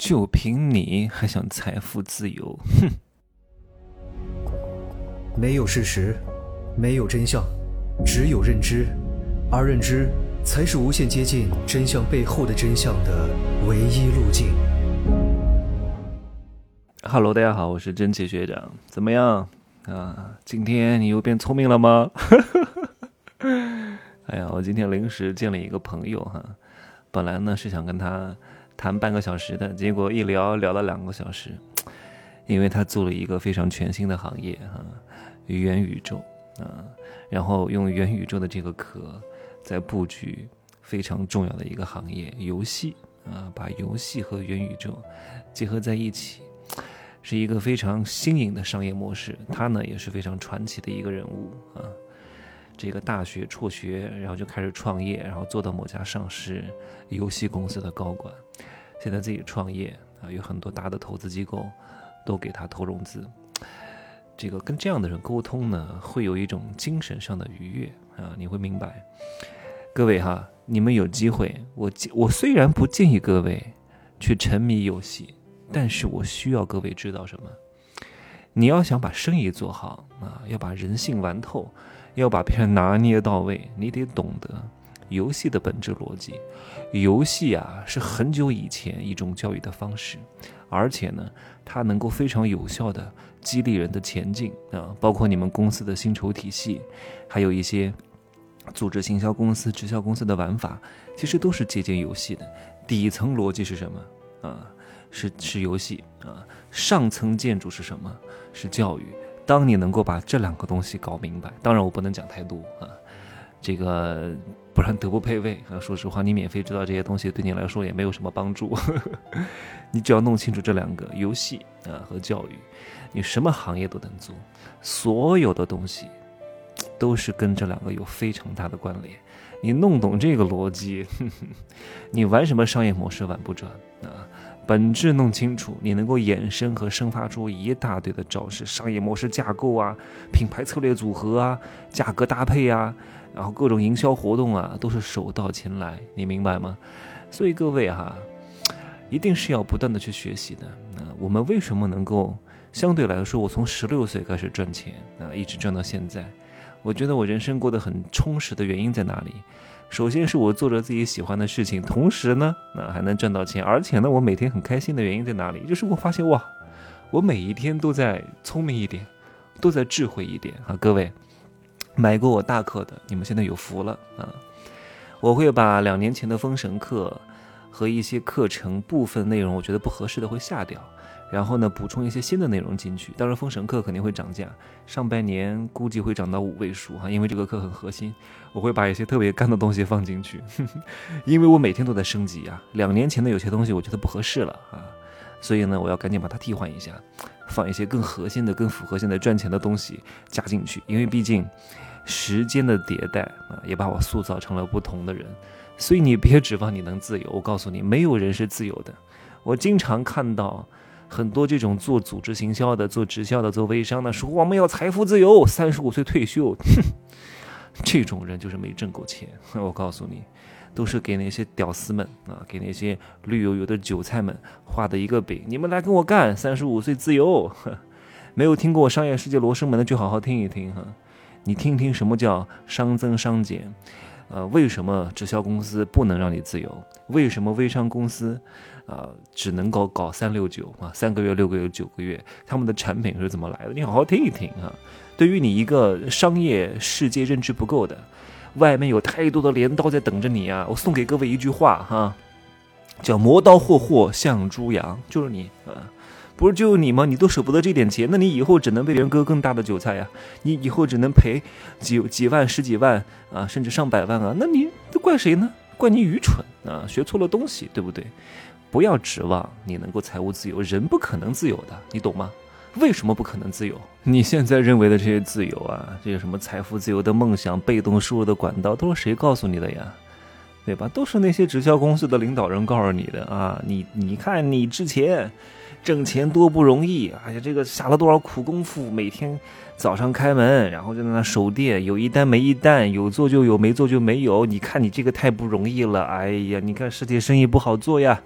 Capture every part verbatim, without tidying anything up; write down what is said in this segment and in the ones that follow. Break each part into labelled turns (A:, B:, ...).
A: 就凭你还想财富自由？哼！
B: 没有事实，没有真相，只有认知，而认知才是无限接近真相背后的真相的唯一路径。
A: Hello， 大家好，我是真奇学长，怎么样啊？今天你又变聪明了吗？哎呀，我今天临时见了一个朋友哈，本来呢是想跟他谈半个小时的，结果一聊聊了两个小时，因为他做了一个非常全新的行业哈，元宇宙啊，然后用元宇宙的这个壳在布局非常重要的一个行业游戏啊，把游戏和元宇宙结合在一起，是一个非常新颖的商业模式。他呢也是非常传奇的一个人物啊，这个大学辍学，然后就开始创业，然后做到某家上市游戏公司的高管，现在自己创业啊，有很多大的投资机构都给他投融资。这个跟这样的人沟通呢，会有一种精神上的愉悦啊，你会明白。各位哈，你们有机会，我我虽然不建议各位去沉迷游戏，但是我需要各位知道什么？你要想把生意做好啊，要把人性玩透，要把别人拿捏到位，你得懂得游戏的本质逻辑。游戏啊，是很久以前一种教育的方式，而且呢，它能够非常有效的激励人的前进啊，包括你们公司的薪酬体系，还有一些组织行销公司、直销公司的玩法，其实都是借鉴游戏的。底层逻辑是什么啊？是是游戏啊。上层建筑是什么？是教育。当你能够把这两个东西搞明白，当然我不能讲太多啊，这个不然德不配位啊。说实话，你免费知道这些东西对你来说也没有什么帮助。你只要弄清楚这两个，游戏啊和教育，你什么行业都能做，所有的东西都是跟这两个有非常大的关联。你弄懂这个逻辑，呵呵，你玩什么商业模式玩不转啊？本质弄清楚，你能够衍生和生发出一大堆的招式，商业模式架构啊，品牌策略组合啊，价格搭配啊，然后各种营销活动啊，都是手到擒来，你明白吗？所以各位哈，一定是要不断的去学习的。那我们为什么能够相对来说，我从十六岁开始赚钱啊，一直赚到现在？我觉得我人生过得很充实的原因在哪里？首先是我做着自己喜欢的事情，同时呢，那还能赚到钱，而且呢，我每天很开心的原因在哪里？就是我发现哇，我每一天都在聪明一点，都在智慧一点啊！各位买过我大课的，你们现在有福了啊！我会把两年前的封神课和一些课程部分内容，我觉得不合适的会下掉。然后呢，补充一些新的内容进去。当然，封神课肯定会涨价，上半年估计会涨到五位数哈，因为这个课很核心。我会把一些特别干的东西放进去，呵呵，因为我每天都在升级啊。两年前的有些东西我觉得不合适了啊，所以呢，我要赶紧把它替换一下，放一些更核心的、更符合现在赚钱的东西加进去。因为毕竟时间的迭代啊，也把我塑造成了不同的人。所以你别指望你能自由，我告诉你，没有人是自由的。我经常看到很多这种做组织行销的、做直销的、做微商的说我们要财富自由，三十五岁退休，哼，这种人就是没挣够钱。我告诉你，都是给那些屌丝们啊，给那些绿油油的韭菜们画的一个饼。你们来跟我干，三十五岁自由。没有听过商业世界罗生门的，就好好听一听哈。你听听什么叫熵增熵减。呃，为什么直销公司不能让你自由？为什么微商公司啊、呃、只能搞搞三六九啊，三个月、六个月、九个月？他们的产品是怎么来的？你好好听一听啊！对于你一个商业世界认知不够的，外面有太多的镰刀在等着你啊！我送给各位一句话哈，叫磨刀霍霍向猪羊，就是你啊。不是就你吗？你都舍不得这点钱，那你以后只能被别人割更大的韭菜呀、啊！你以后只能赔几几万、十几万啊，甚至上百万啊！那你都怪谁呢？怪你愚蠢啊，学错了东西，对不对？不要指望你能够财务自由，人不可能自由的，你懂吗？为什么不可能自由？你现在认为的这些自由啊，这个什么财富自由的梦想、被动收入的管道，都是谁告诉你的呀？对吧？都是那些直销公司的领导人告诉你的啊！你你看你之前挣钱多不容易，哎呀，这个下了多少苦功夫，每天早上开门，然后就在那守店，有一单没一单，有做就有，没做就没有。你看你这个太不容易了，哎呀，你看世界生意不好做呀，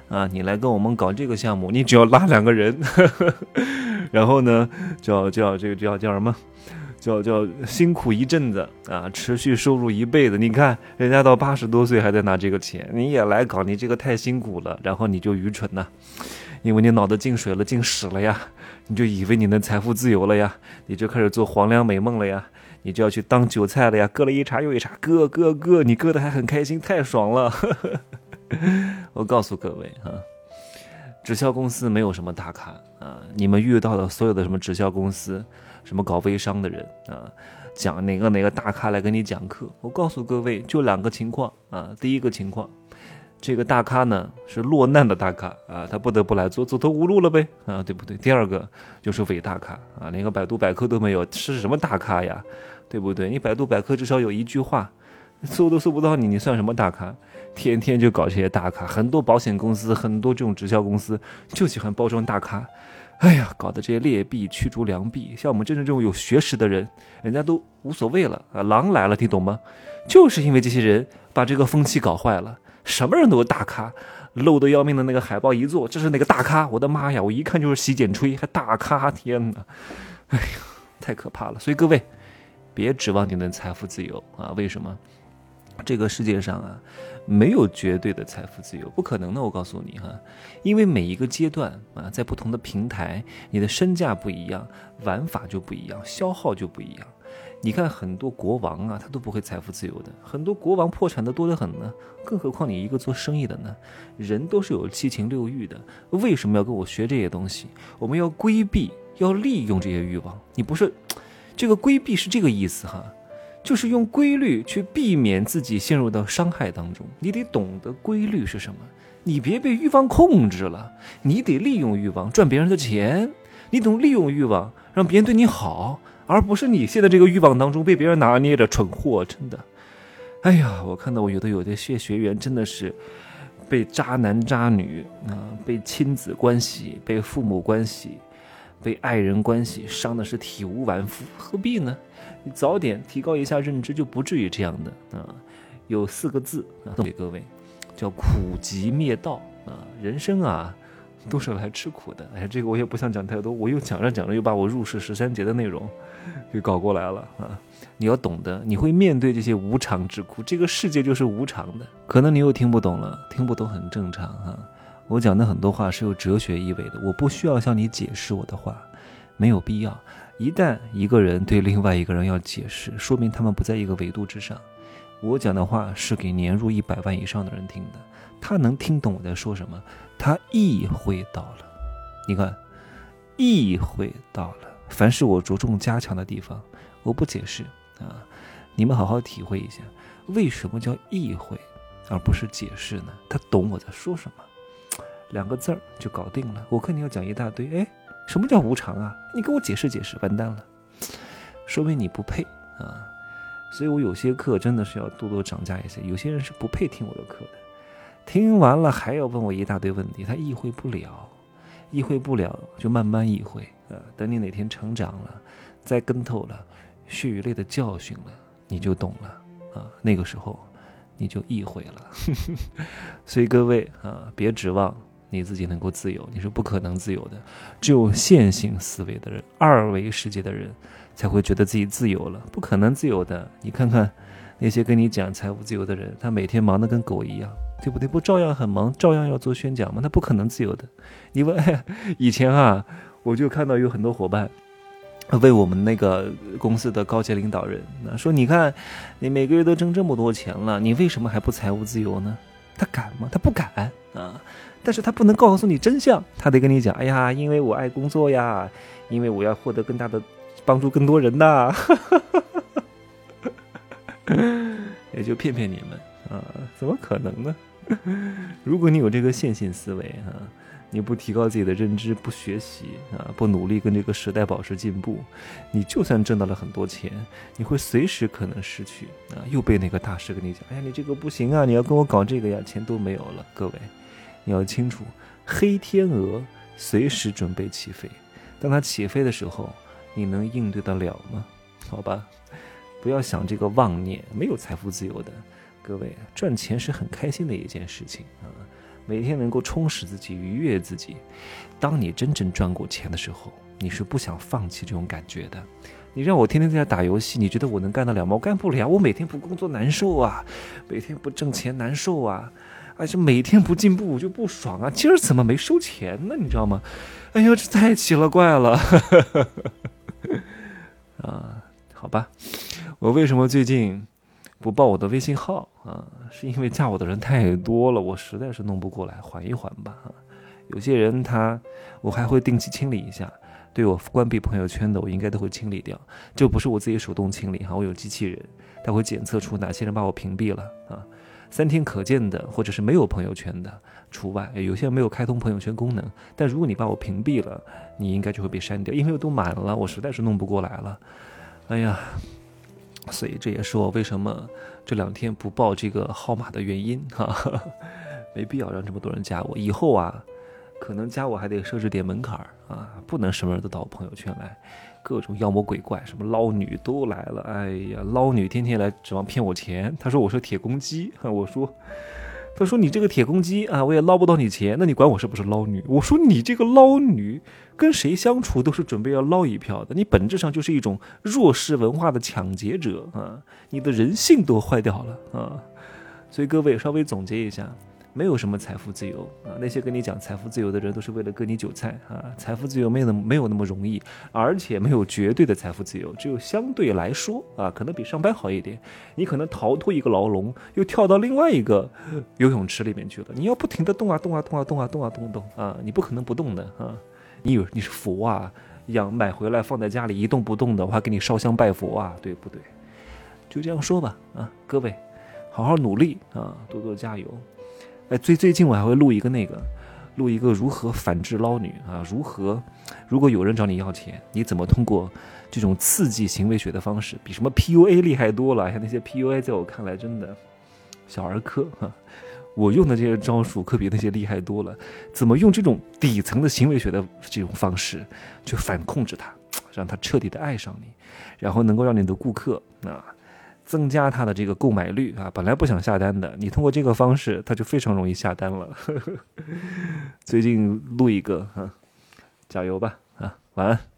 A: 啊，你来跟我们搞这个项目，你只要拉两个人，呵呵然后呢，叫叫这个叫叫什么？叫叫辛苦一阵子啊，持续收入一辈子。你看人家到八十多岁还在拿这个钱，你也来搞，你这个太辛苦了。然后你就愚蠢呐、啊，因为你脑子进水了，进屎了呀，你就以为你能财富自由了呀，你就开始做黄粱美梦了呀，你就要去当韭菜了呀，割了一茬又一茬，割割割，你割的还很开心，太爽了。我告诉各位啊，直销公司没有什么大咖啊，你们遇到的所有的什么直销公司。什么搞微商的人啊，讲哪个哪个大咖来跟你讲课，我告诉各位就两个情况啊。第一个情况，这个大咖呢是落难的大咖啊，他不得不来做，走投无路了呗啊，对不对？第二个就是伪大咖啊，连个百度百科都没有，是什么大咖呀？对不对？你百度百科至少有一句话，搜都搜不到你，你算什么大咖？天天就搞这些大咖，很多保险公司，很多这种直销公司就喜欢包装大咖。哎呀，搞得这些劣币驱逐良币，像我们真正这种有学识的人，人家都无所谓了啊，狼来了，你懂吗？就是因为这些人把这个风气搞坏了，什么人都有大咖，漏得要命的那个海报一做，这是那个大咖，我的妈呀，我一看就是洗剪吹，还大咖，天哪，哎呀，太可怕了。所以各位，别指望你能财富自由啊！为什么？这个世界上啊，没有绝对的财富自由，不可能的。我告诉你哈，因为每一个阶段啊，在不同的平台，你的身价不一样，玩法就不一样，消耗就不一样。你看很多国王啊，他都不会财富自由的，很多国王破产的多得很呢，更何况你一个做生意的呢？人都是有七情六欲的，为什么要跟我学这些东西？我们要规避，要利用这些欲望。你不是这个规避是这个意思哈。就是用规律去避免自己陷入到伤害当中，你得懂得规律是什么，你别被欲望控制了，你得利用欲望赚别人的钱，你懂利用欲望让别人对你好，而不是你现在这个欲望当中被别人拿捏着蠢货，真的。哎呀，我看到我有的有的些学员真的是被渣男渣女啊，被亲子关系，被父母关系，被爱人关系伤的是体无完肤，何必呢？你早点提高一下认知，就不至于这样的啊。有四个字啊，送给各位，叫苦集灭道啊。人生啊，都是来吃苦的。哎，这个我也不想讲太多，我又讲着讲着又把我入世十三节的内容给搞过来了啊。你要懂得，你会面对这些无常之苦，这个世界就是无常的。可能你又听不懂了，听不懂很正常啊。我讲的很多话是有哲学意味的，我不需要向你解释我的话，没有必要。一旦一个人对另外一个人要解释，说明他们不在一个维度之上。我讲的话是给年入一百万以上的人听的，他能听懂我在说什么，他意会到了。你看，意会到了。凡是我着重加强的地方，我不解释啊，你们好好体会一下，为什么叫意会而不是解释呢？他懂我在说什么，两个字儿就搞定了。我看你要讲一大堆，哎。什么叫无常啊？你跟我解释解释，完蛋了，说明你不配啊！所以我有些课真的是要多多涨价一些，有些人是不配听我的课的，听完了还要问我一大堆问题，他意会不了，意会不了就慢慢意会啊。等你哪天成长了，栽跟头了，血与泪的教训了，你就懂了啊。那个时候你就意会了。所以各位啊，别指望你自己能够自由，你是不可能自由的。只有线性思维的人，二维世界的人才会觉得自己自由了，不可能自由的。你看看那些跟你讲财务自由的人，他每天忙得跟狗一样，对不对？不照样很忙，照样要做宣讲吗？他不可能自由的。你问，哎，以前啊，我就看到有很多伙伴为我们那个公司的高级领导人说，你看你每个月都挣这么多钱了，你为什么还不财务自由呢？他敢吗？他不敢啊！但是他不能告诉你真相，他得跟你讲，哎呀，因为我爱工作呀，因为我要获得更大的帮助更多人呐，也就骗骗你们啊，怎么可能呢？如果你有这个线性思维啊，你不提高自己的认知，不学习啊，不努力跟这个时代保持进步，你就算挣到了很多钱，你会随时可能失去啊！又被那个大师跟你讲，哎呀，你这个不行啊，你要跟我搞这个呀，钱都没有了。各位，你要清楚，黑天鹅随时准备起飞，当它起飞的时候，你能应对得了吗？好吧，不要想这个妄念，没有财富自由的。各位，赚钱是很开心的一件事情啊。 每天能够充实自己，愉悦自己。当你真正赚过钱的时候，你是不想放弃这种感觉的。你让我天天在家打游戏，你觉得我能干得了吗？我干不了，我每天不工作难受啊，每天不挣钱难受啊，而且每天不进步我就不爽啊，今儿怎么没收钱呢？你知道吗？哎呀，这太奇了怪了啊，好吧，我为什么最近不报我的微信号啊？是因为加我的人太多了，我实在是弄不过来，缓一缓吧。有些人他，我还会定期清理一下，对我关闭朋友圈的，我应该都会清理掉。这不是我自己手动清理哈，我有机器人，它会检测出哪些人把我屏蔽了啊。三天可见的，或者是没有朋友圈的除外，有些人没有开通朋友圈功能，但如果你把我屏蔽了，你应该就会被删掉，因为我都满了，我实在是弄不过来了。哎呀，所以这也是我为什么这两天不报这个号码的原因哈，没必要让这么多人加我。以后啊，可能加我还得设置点门槛啊，不能什么人都到我朋友圈来，各种妖魔鬼怪，什么捞女都来了。哎呀，捞女天天来指望骗我钱，他说我是铁公鸡，我说他说你这个铁公鸡啊，我也捞不到你钱，那你管我是不是捞女？我说你这个捞女跟谁相处都是准备要捞一票的，你本质上就是一种弱势文化的抢劫者啊，你的人性都坏掉了啊。所以各位稍微总结一下，没有什么财富自由啊，那些跟你讲财富自由的人都是为了割你韭菜啊。财富自由没有那么没有那么容易，而且没有绝对的财富自由，只有相对来说啊，可能比上班好一点。你可能逃脱一个牢笼，又跳到另外一个游泳池里面去了。你要不停的动啊动啊动啊动啊动啊动动啊，你不可能不动的啊。你以为你是佛啊，养买回来放在家里一动不动的，我还给你烧香拜佛啊，对不对？就这样说吧啊，各位好好努力啊，多多加油。哎，最最近我还会录一个那个，录一个如何反制捞女啊，如何，如果有人找你要钱，你怎么通过这种刺激行为学的方式，比什么 P U A 厉害多了。像那些 P U A 在我看来真的小儿科哈，我用的这些招数可比那些厉害多了。怎么用这种底层的行为学的这种方式去反控制他，让他彻底的爱上你，然后能够让你的顾客啊。增加他的这个购买率啊，本来不想下单的，你通过这个方式，他就非常容易下单了。最近录一个啊，加油吧啊，晚安。